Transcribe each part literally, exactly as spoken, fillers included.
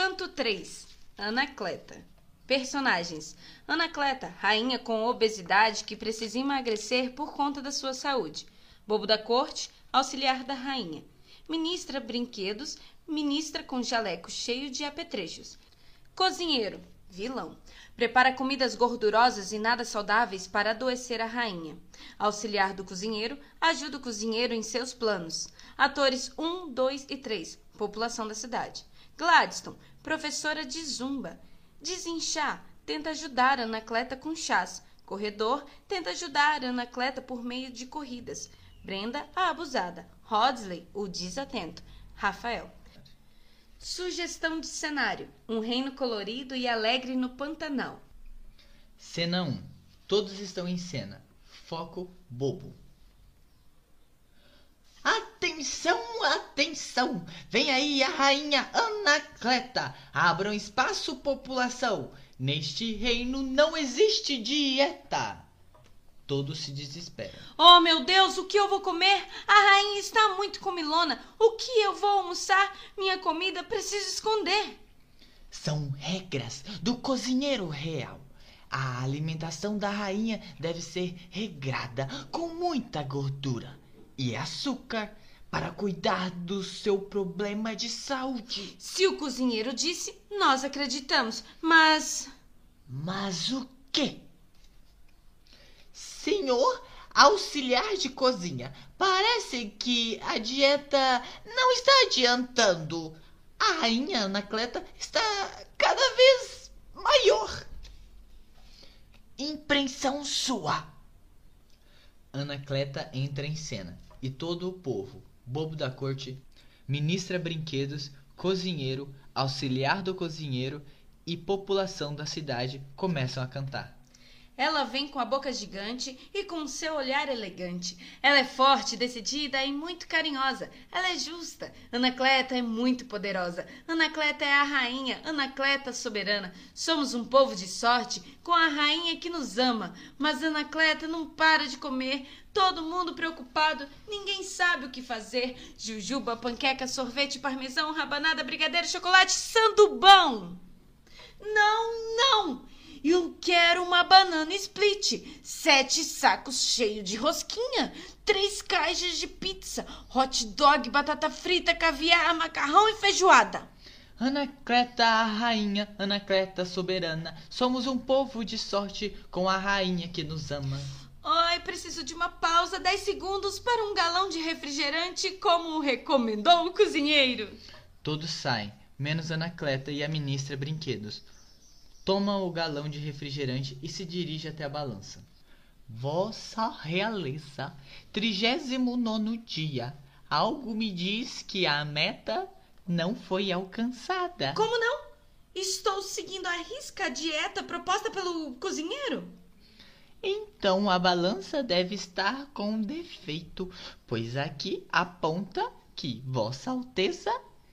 Canto três. Anacleta. Personagens: Anacleta, rainha com obesidade que precisa emagrecer por conta da sua saúde. Bobo da corte, auxiliar da rainha. Ministra Brinquedos, ministra com jaleco cheio de apetrechos. Cozinheiro, vilão. Prepara comidas gordurosas e nada saudáveis para adoecer a rainha. Auxiliar do cozinheiro, ajuda o cozinheiro em seus planos. Atores um, dois e três. População da cidade. Gladstone, professora de zumba. Desinchar, tenta ajudar a Anacleta com chás. Corredor, tenta ajudar a Anacleta por meio de corridas. Brenda, a abusada. Hodsley, o desatento. Rafael. Sugestão de cenário: um reino colorido e alegre no Pantanal. Cena um. Todos estão em cena. Foco: Bobo. Atenção, atenção! Vem aí a rainha Anacleta. Abram espaço, população. Neste reino não existe dieta. Todos se desesperam. Oh, meu Deus, o que eu vou comer? A rainha está muito comilona. O que eu vou almoçar? Minha comida preciso esconder. São regras do cozinheiro real. A alimentação da rainha deve ser regrada, com muita gordura e açúcar, para cuidar do seu problema de saúde. Se o cozinheiro disse, nós acreditamos, mas... Mas o quê? Senhor auxiliar de cozinha, parece que a dieta não está adiantando. A rainha Anacleta está cada vez maior. Impressão sua. Anacleta entra em cena e todo o povo, bobo da corte, ministra brinquedos, cozinheiro, auxiliar do cozinheiro e população da cidade começam a cantar. Ela vem com a boca gigante e com seu olhar elegante. Ela é forte, decidida e muito carinhosa. Ela é justa. Anacleta é muito poderosa. Anacleta é a rainha, Anacleta soberana. Somos um povo de sorte com a rainha que nos ama. Mas Anacleta não para de comer. Todo mundo preocupado, ninguém sabe o que fazer. Jujuba, panqueca, sorvete, parmesão, rabanada, brigadeiro, chocolate, sandubão. Não, não! Eu quero uma banana split, sete sacos cheios de rosquinha, três caixas de pizza, hot dog, batata frita, caviar, macarrão e feijoada. Anacleta, a rainha, Anacleta soberana, somos um povo de sorte com a rainha que nos ama. Ai, preciso de uma pausa, dez segundos para um galão de refrigerante, como recomendou o cozinheiro. Todos saem, menos Anacleta e a ministra Brinquedos. Toma o galão de refrigerante e se dirige até a balança. Vossa Realeza, trigésimo nono dia. Algo me diz que a meta não foi alcançada. Como não? Estou seguindo à risca a dieta proposta pelo cozinheiro. Então a balança deve estar com defeito, pois aqui aponta que Vossa Alteza,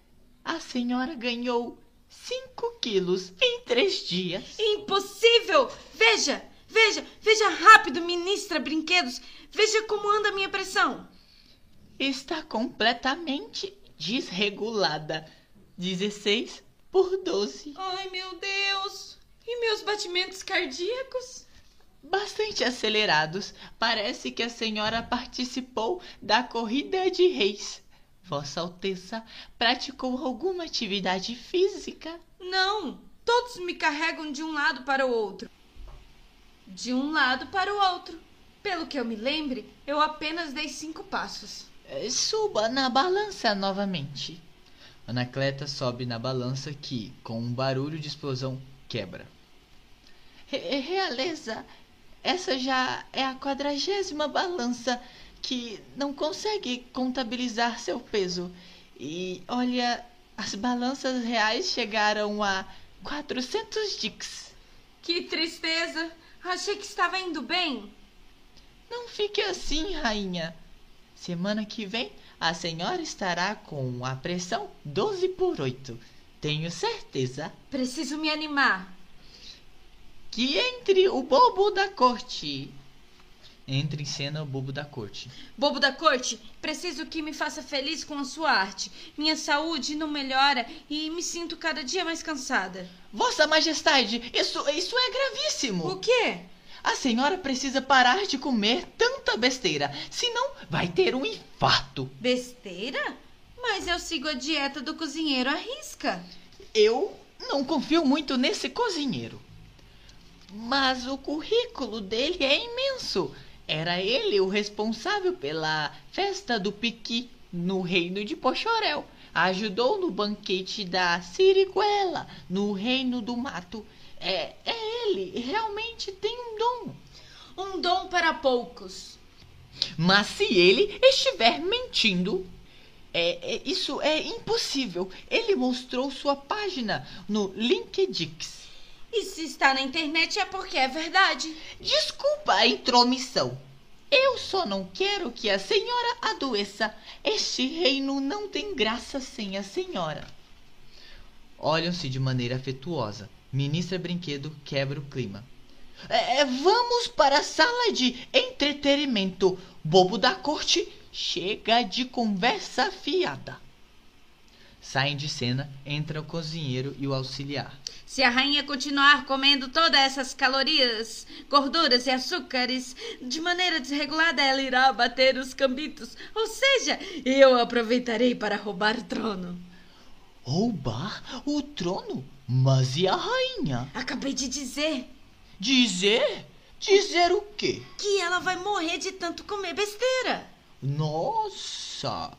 a senhora ganhou Cinco quilos em três dias. Impossível! Veja, veja, veja rápido, ministra Brinquedos. Veja como anda a minha pressão. Está completamente desregulada. dezesseis por doze. Ai, meu Deus! E meus batimentos cardíacos? Bastante acelerados. Parece que a senhora participou da corrida de reis. Vossa Alteza praticou alguma atividade física? Não, todos me carregam de um lado para o outro. De um lado para o outro. Pelo que eu me lembre, eu apenas dei cinco passos. Suba na balança novamente. Anacleta sobe na balança que, com um barulho de explosão, quebra. Re- Realeza, essa já é a quadragésima balança que não consegue contabilizar seu peso. E, olha, as balanças reais chegaram a quatrocentos dix. Que tristeza! Achei que estava indo bem. Não fique assim, rainha. Semana que vem, a senhora estará com a pressão doze por oito. Tenho certeza. Preciso me animar. Que entre o bobo da corte. Entra em cena o bobo da corte. Bobo da corte, preciso que me faça feliz com a sua arte. Minha saúde não melhora e me sinto cada dia mais cansada. Vossa Majestade, isso, isso é gravíssimo. O quê? A senhora precisa parar de comer tanta besteira, senão vai ter um infarto. Besteira? Mas eu sigo a dieta do cozinheiro à risca. Eu não confio muito nesse cozinheiro. Mas o currículo dele é imenso. Era ele o responsável pela festa do Piqui no reino de Pochorel. Ajudou no banquete da Siriguela no reino do mato. É, é ele, realmente tem um dom. Um dom para poucos. Mas se ele estiver mentindo, é, é, isso é impossível. Ele mostrou sua página no LinkedIn. E se está na internet é porque é verdade. Desculpa a intromissão. Eu só não quero que a senhora adoeça. Este reino não tem graça sem a senhora. Olham-se de maneira afetuosa. Ministra Brinquedo quebra o clima. É, vamos para a sala de entretenimento. Bobo da corte, chega de conversa fiada. Saem de cena, entra o cozinheiro e o auxiliar. Se a rainha continuar comendo todas essas calorias, gorduras e açúcares de maneira desregulada, ela irá bater os cambitos. Ou seja, eu aproveitarei para roubar o trono. Roubar o trono? Mas e a rainha? Acabei de dizer. Dizer? Dizer o quê? Que ela vai morrer de tanto comer besteira. Nossa!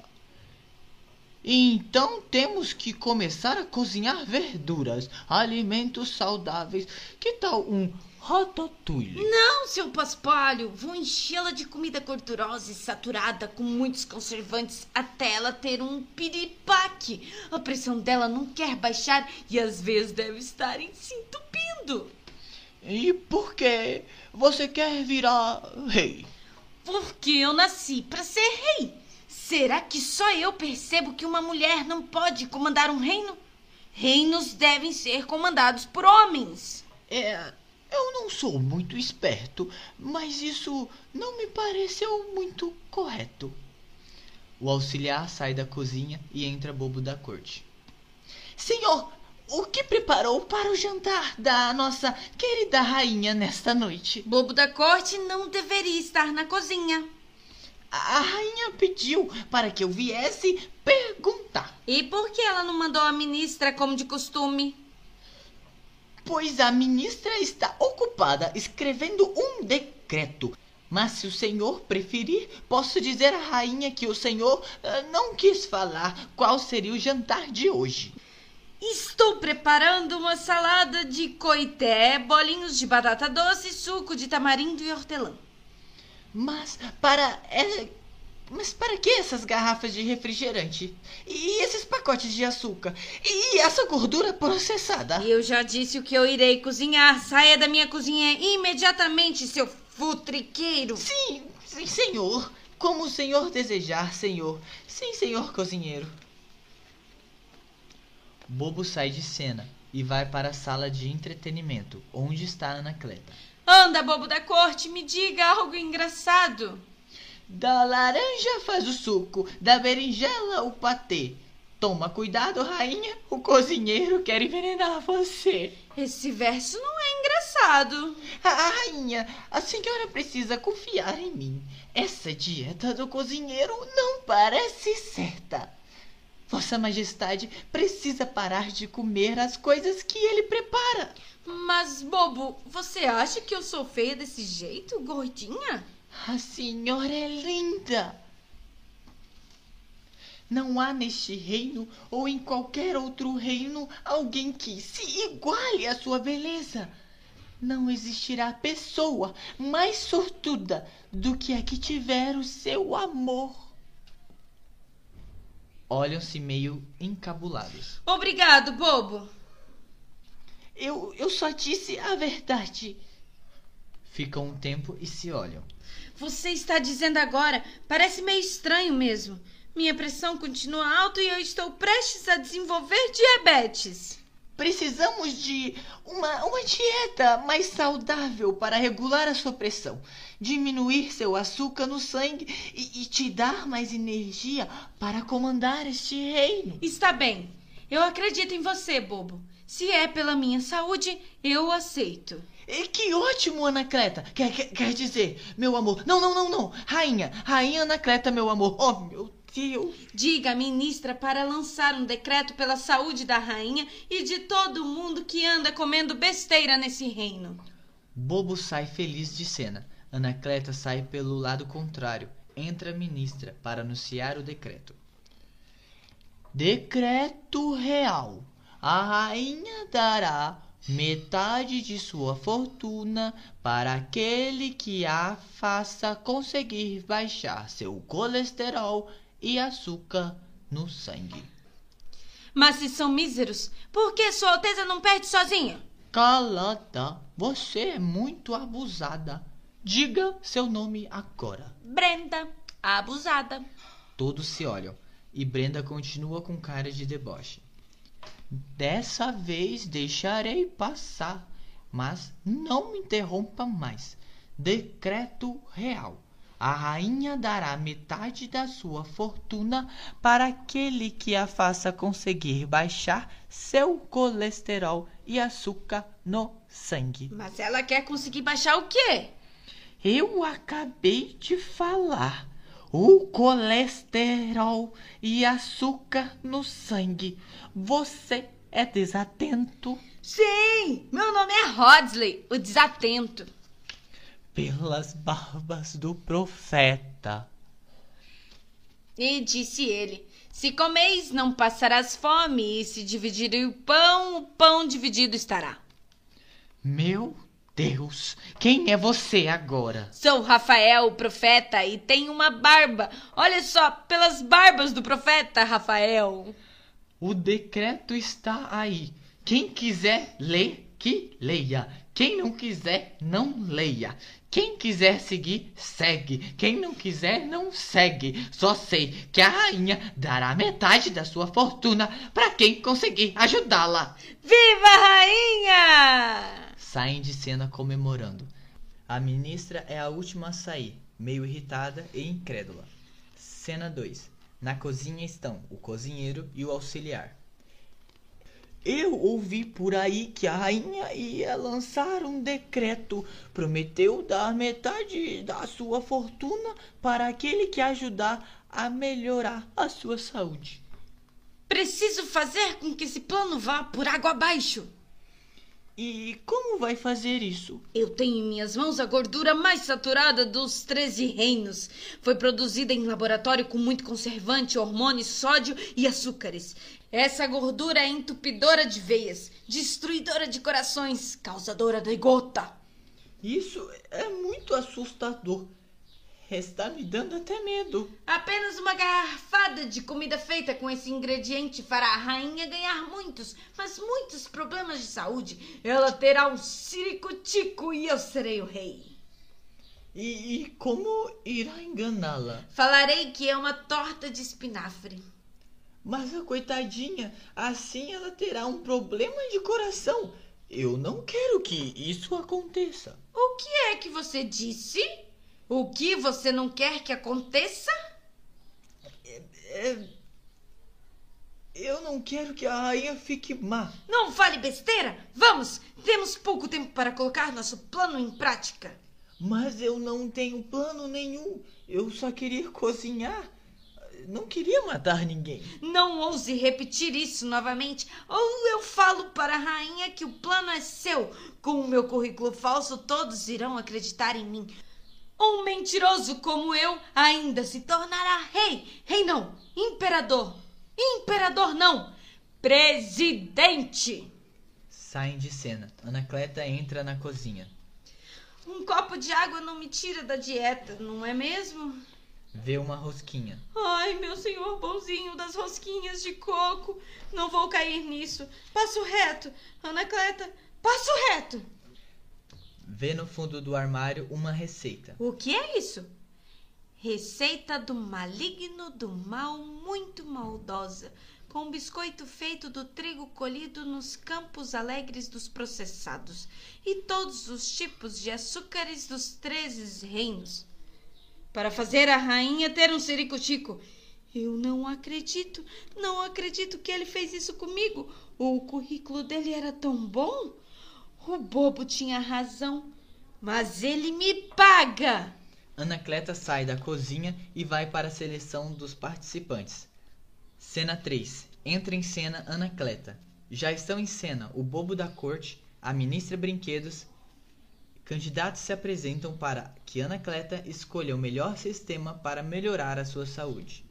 Então temos que começar a cozinhar verduras, alimentos saudáveis. Que tal um ratatouille? Não, seu paspalho. Vou enchê-la de comida gordurosa e saturada com muitos conservantes até ela ter um piripaque. A pressão dela não quer baixar e às vezes deve estar se entupindo. E por que você quer virar rei? Porque eu nasci para ser rei. Será que só eu percebo que uma mulher não pode comandar um reino? Reinos devem ser comandados por homens. É, eu não sou muito esperto, mas isso não me pareceu muito correto. O auxiliar sai da cozinha e entra bobo da corte. Senhor, o que preparou para o jantar da nossa querida rainha nesta noite? Bobo da corte não deveria estar na cozinha. A rainha pediu para que eu viesse perguntar. E por que ela não mandou a ministra como de costume? Pois a ministra está ocupada escrevendo um decreto. Mas se o senhor preferir, posso dizer à rainha que o senhor uh, não quis falar qual seria o jantar de hoje. Estou preparando uma salada de coité, bolinhos de batata doce, suco de tamarindo e hortelã. Mas para... É, mas para que essas garrafas de refrigerante? E esses pacotes de açúcar? E essa gordura processada? Eu já disse o que eu irei cozinhar. Saia da minha cozinha imediatamente, seu futriqueiro. Sim, sim, senhor. Como o senhor desejar, senhor. Sim, senhor cozinheiro. Bobo sai de cena e vai para a sala de entretenimento, onde está Anacleta. Anda, bobo da corte, me diga algo engraçado. Da laranja faz o suco, da berinjela o patê. Toma cuidado, rainha, o cozinheiro quer envenenar você. Esse verso não é engraçado. Ah, rainha, a senhora precisa confiar em mim. Essa dieta do cozinheiro não parece certa. Vossa Majestade precisa parar de comer as coisas que ele prepara. Mas, bobo, você acha que eu sou feia desse jeito, gordinha? A senhora é linda. Não há neste reino ou em qualquer outro reino alguém que se iguale à sua beleza. Não existirá pessoa mais sortuda do que a que tiver o seu amor. Olham-se meio encabulados. Obrigado, bobo. Eu, eu só disse a verdade. Ficam um tempo e se olham. Você está dizendo agora, parece meio estranho mesmo. Minha pressão continua alta e eu estou prestes a desenvolver diabetes. precisamos de uma, uma dieta mais saudável para regular a sua pressão, diminuir seu açúcar no sangue e, e te dar mais energia para comandar este reino. Está bem. Eu acredito em você, bobo. Se é pela minha saúde, eu aceito. E que ótimo, Anacleta. Quer, quer, quer dizer, meu amor. Não, não, não, não. Rainha, Rainha Anacleta, meu amor. Oh, meu Deus. Diga à ministra para lançar um decreto pela saúde da rainha e de todo mundo que anda comendo besteira nesse reino. Bobo sai feliz de cena. Anacleta sai pelo lado contrário. Entra a ministra para anunciar o decreto. Decreto real. A rainha dará metade de sua fortuna para aquele que a faça conseguir baixar seu colesterol e açúcar no sangue. Mas se são míseros, por que Sua Alteza não perde sozinha? Calada, você é muito abusada. Diga seu nome agora. Brenda, a abusada. Todos se olham e Brenda continua com cara de deboche. Dessa vez deixarei passar, mas não me interrompa mais. Decreto real. A rainha dará metade da sua fortuna para aquele que a faça conseguir baixar seu colesterol e açúcar no sangue. Mas ela quer conseguir baixar o quê? Eu acabei de falar. O colesterol e açúcar no sangue. Você é desatento? Sim, meu nome é Rodsley, o desatento. Pelas barbas do profeta. E disse ele, se comeis não passarás fome, e se dividirem o pão, o pão dividido estará. Meu Deus, quem é você agora? Sou Rafael, o profeta, e tenho uma barba. Olha só, pelas barbas do profeta, Rafael. O decreto está aí. Quem quiser ler, que leia. Quem não quiser, não leia. Quem quiser seguir, segue. Quem não quiser, não segue. Só sei que a rainha dará metade da sua fortuna para quem conseguir ajudá-la. Viva a rainha! Saem de cena comemorando. A ministra é a última a sair, meio irritada e incrédula. Cena dois. Na cozinha estão o cozinheiro e o auxiliar. Eu ouvi por aí que a rainha ia lançar um decreto. Prometeu dar metade da sua fortuna para aquele que ajudar a melhorar a sua saúde. Preciso fazer com que esse plano vá por água abaixo. E como vai fazer isso? Eu tenho em minhas mãos a gordura mais saturada dos treze reinos. Foi produzida em laboratório com muito conservante, hormônios, sódio e açúcares. Essa gordura é entupidora de veias, destruidora de corações, causadora de gota. Isso é muito assustador. Está me dando até medo. Apenas uma garrafada de comida feita com esse ingrediente fará a rainha ganhar muitos, mas muitos problemas de saúde. Ela terá um ciricutico e eu serei o rei. E, e como irá enganá-la? Falarei que é uma torta de espinafre. Mas a coitadinha, assim ela terá um problema de coração. Eu não quero que isso aconteça. O que é que você disse? O que você não quer que aconteça? É, é, eu não quero que a rainha fique má. Não fale besteira! Vamos! Temos pouco tempo para colocar nosso plano em prática. Mas eu não tenho plano nenhum. Eu só queria cozinhar. Não queria matar ninguém. Não ouse repetir isso novamente, ou eu falo para a rainha que o plano é seu. Com o meu currículo falso, todos irão acreditar em mim. Um mentiroso como eu ainda se tornará rei. Rei não, imperador. Imperador não, presidente. Saem de cena. Anacleta entra na cozinha. Um copo de água não me tira da dieta, não é mesmo? Vê uma rosquinha. Ai, meu senhor bonzinho das rosquinhas de coco. Não vou cair nisso. Passo reto. Anacleta, passo reto. Vê no fundo do armário uma receita. O que é isso? Receita do maligno do mal, muito maldosa. com um biscoito feito do trigo colhido nos campos alegres dos processados, e todos os tipos de açúcares dos treze reinos, para fazer a rainha ter um ciricutico. Eu não acredito, não acredito que ele fez isso comigo. O currículo dele era tão bom. O bobo tinha razão, mas ele me paga. Anacleta sai da cozinha e vai para a seleção dos participantes. Cena três. Entra em cena Anacleta. Já estão em cena o bobo da corte, a ministra Brinquedos. Candidatos se apresentam para que Anacleta escolha o melhor sistema para melhorar a sua saúde.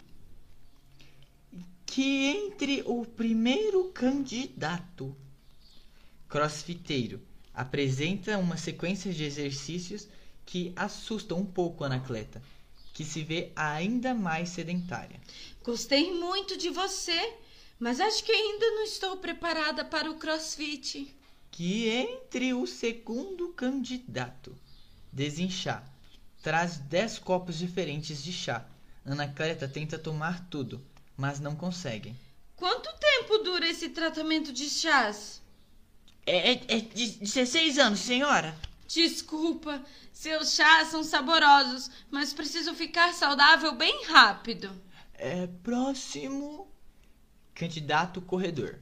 Que entre o primeiro candidato. Crossfiteiro apresenta uma sequência de exercícios que assustam um pouco Anacleta, que se vê ainda mais sedentária. Gostei muito de você, mas acho que ainda não estou preparada para o crossfit. Que entre o segundo candidato. Desinchar. Traz dez copos diferentes de chá. Anacleta tenta tomar tudo, mas não consegue. Quanto tempo dura esse tratamento de chás? É, é, é de dezesseis anos, senhora. Desculpa, seus chás são saborosos, mas preciso ficar saudável bem rápido. É próximo. Candidato corredor.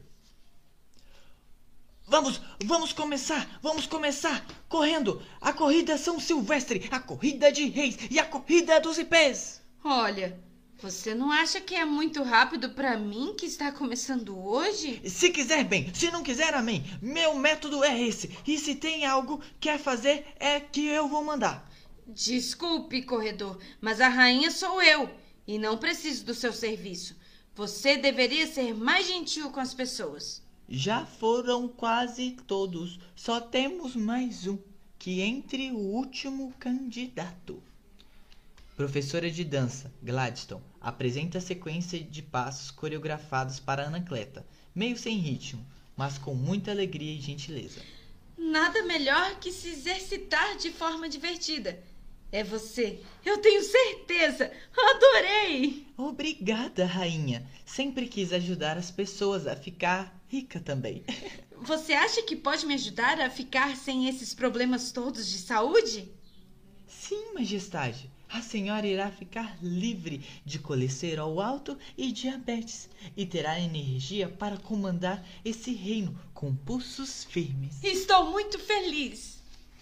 Vamos, vamos começar, vamos começar, correndo. A corrida São Silvestre, a corrida de reis e a corrida dos ipês. Olha, você não acha que é muito rápido para mim que está começando hoje? Se quiser, bem, se não quiser, amém. Meu método é esse, e se tem algo que quer fazer, é que eu vou mandar. Desculpe, corredor, mas a rainha sou eu e não preciso do seu serviço. Você deveria ser mais gentil com as pessoas. Já foram quase todos. Só temos mais um, que entre o último candidato. Professora de dança, Gladstone, apresenta a sequência de passos coreografados para Anacleta, meio sem ritmo, mas com muita alegria e gentileza. Nada melhor que se exercitar de forma divertida. É você, eu tenho certeza. Adorei! Obrigada, rainha. Sempre quis ajudar as pessoas a ficar rica também. Você acha que pode me ajudar a ficar sem esses problemas todos de saúde? Sim, majestade. A senhora irá ficar livre de colesterol alto e diabetes e terá energia para comandar esse reino com pulsos firmes. Estou muito feliz.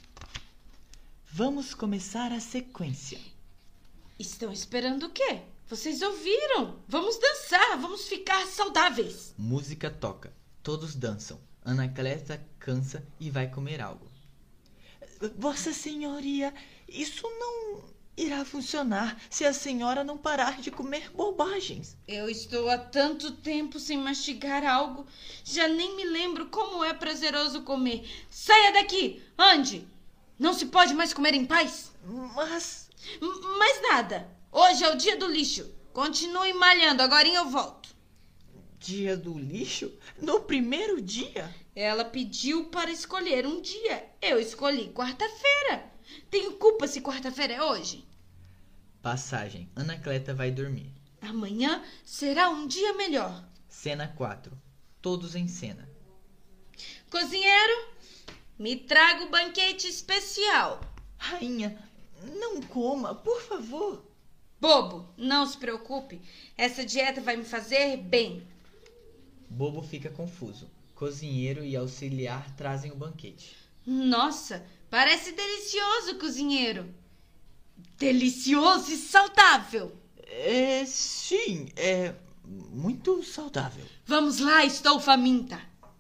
Vamos começar a sequência. Estão esperando o quê? Vocês ouviram? Vamos dançar, vamos ficar saudáveis. Música toca, todos dançam. Anacleta cansa e vai comer algo. Vossa Senhoria, isso não irá funcionar se a senhora não parar de comer bobagens. Eu estou há tanto tempo sem mastigar algo, já nem me lembro como é prazeroso comer. Saia daqui, ande! Não se pode mais comer em paz? Mas... M- mais nada. Hoje é o dia do lixo. Continue malhando, agora eu volto. Dia do lixo? No primeiro dia? Ela pediu para escolher um dia. Eu escolhi quarta-feira. Tenho culpa se quarta-feira é hoje? Passagem. Anacleta vai dormir. Amanhã será um dia melhor. Cena quatro. Todos em cena. Cozinheiro, me traga o banquete especial. Rainha, não coma, por favor. Bobo, não se preocupe. Essa dieta vai me fazer bem. Bobo fica confuso. Cozinheiro e auxiliar trazem o banquete. Nossa, parece delicioso, cozinheiro. Delicioso e saudável. É, sim, é muito saudável. Vamos lá, estou faminta.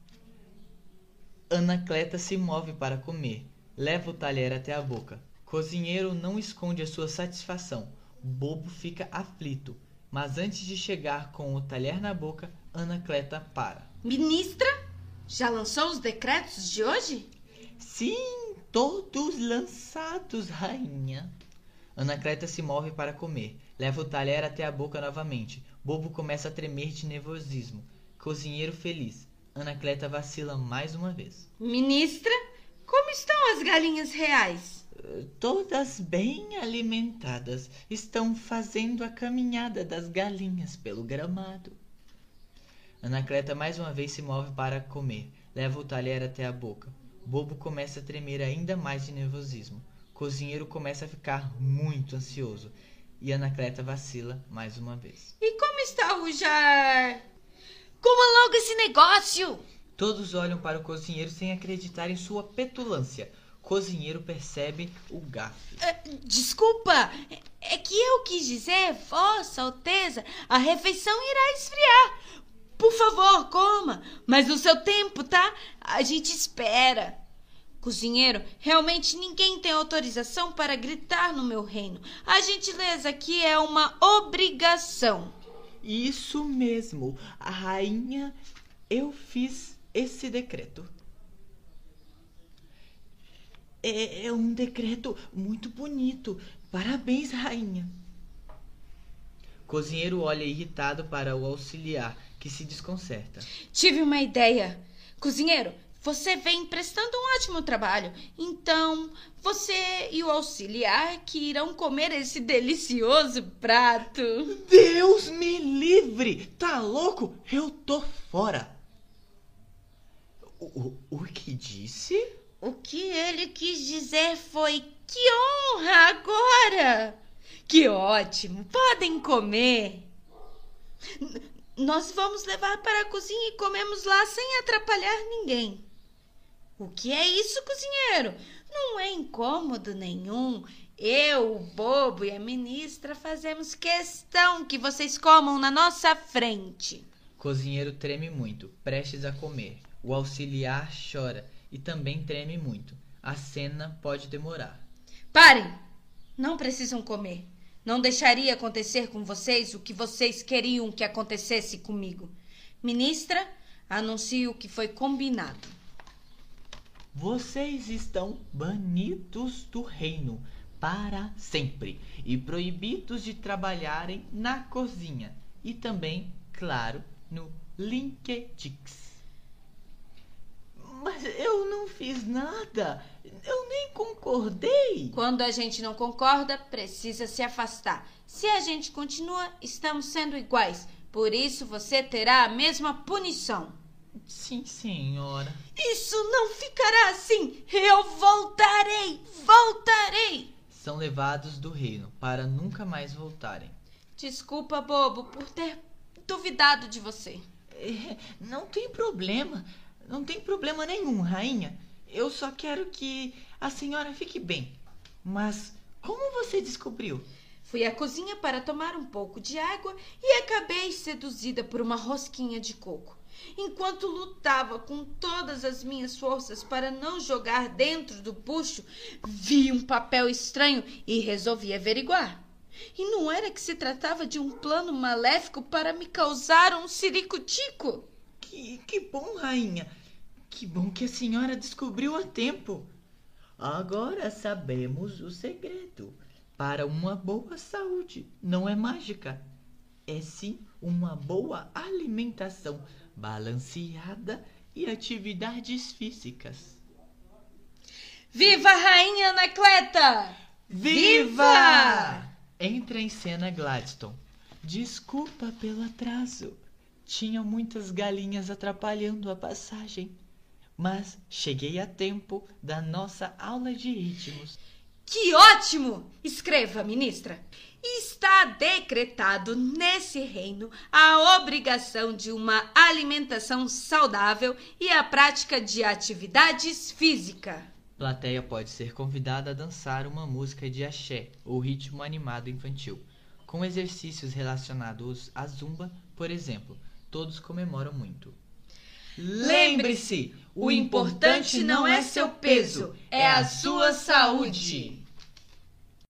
Anacleta se move para comer. Leva o talher até a boca. Cozinheiro não esconde a sua satisfação. Bobo fica aflito. Mas antes de chegar com o talher na boca, Anacleta para. Ministra, já lançou os decretos de hoje? Sim, todos lançados, rainha. Anacleta se move para comer. Leva o talher até a boca novamente. Bobo começa a tremer de nervosismo. Cozinheiro feliz. Anacleta vacila mais uma vez. Ministra, como estão as galinhas reais? Todas bem alimentadas. Estão fazendo a caminhada das galinhas pelo gramado. Anacleta mais uma vez se move para comer. Leva o talher até a boca. Bobo começa a tremer ainda mais de nervosismo. Cozinheiro começa a ficar muito ansioso. E Anacleta vacila mais uma vez. E como está o jar? Coma logo esse negócio! Todos olham para o cozinheiro sem acreditar em sua petulância. Cozinheiro percebe o gafe. Uh, desculpa, é que eu quis dizer, Vossa Alteza, a refeição irá esfriar. Por favor, coma, mas no seu tempo, tá? A gente espera. Cozinheiro, realmente ninguém tem autorização para gritar no meu reino. A gentileza aqui é uma obrigação. Isso mesmo, a rainha, eu fiz esse decreto. É, é um decreto muito bonito. Parabéns, rainha. Cozinheiro olha irritado para o auxiliar, que se desconcerta. Tive uma ideia. Cozinheiro, você vem prestando um ótimo trabalho. Então, você e o auxiliar que irão comer esse delicioso prato. Deus me livre! Tá louco? Eu tô fora. O, o que disse? O que ele quis dizer foi: que honra agora! Que ótimo! Podem comer. N- nós vamos levar para a cozinha e comemos lá sem atrapalhar ninguém. O que é isso, cozinheiro? Não é incômodo nenhum. Eu, o Bobo e a ministra fazemos questão que vocês comam na nossa frente. Cozinheiro treme muito, prestes a comer. O auxiliar chora e também treme muito. A cena pode demorar. Parem! Não precisam comer. Não deixaria acontecer com vocês o que vocês queriam que acontecesse comigo. Ministra, anuncio o que foi combinado. Vocês estão banidos do reino para sempre e proibidos de trabalharem na cozinha e também, claro, no LinkedIn. Mas eu não fiz nada. Eu nem concordei. Quando a gente não concorda, precisa se afastar. Se a gente continua, estamos sendo iguais. Por isso você terá a mesma punição. Sim, senhora. Isso não ficará assim. Eu voltarei, voltarei. São levados do reino para nunca mais voltarem. Desculpa, Bobo, por ter duvidado de você. É, não tem problema. Não tem problema nenhum, rainha. Eu só quero que a senhora fique bem. Mas como você descobriu? Fui à cozinha para tomar um pouco de água e acabei seduzida por uma rosquinha de coco. Enquanto lutava com todas as minhas forças para não jogar dentro do bucho, vi um papel estranho e resolvi averiguar. E não era que se tratava de um plano maléfico para me causar um ciricutico? Que, que bom, rainha. Que bom que a senhora descobriu a tempo. Agora sabemos o segredo. Para uma boa saúde, não é mágica. É sim uma boa alimentação balanceada e atividades físicas. Viva a Rainha Anacleta! Viva! Entra em cena Gladstone. Desculpa pelo atraso. Tinha muitas galinhas atrapalhando a passagem. Mas cheguei a tempo da nossa aula de ritmos. Que ótimo! Escreva, ministra. Está decretado nesse reino a obrigação de uma alimentação saudável e a prática de atividades físicas. Plateia pode ser convidada a dançar uma música de axé ou ritmo animado infantil. Com exercícios relacionados à zumba, por exemplo, todos comemoram muito. Lembre-se, o importante não é seu peso, é a sua saúde.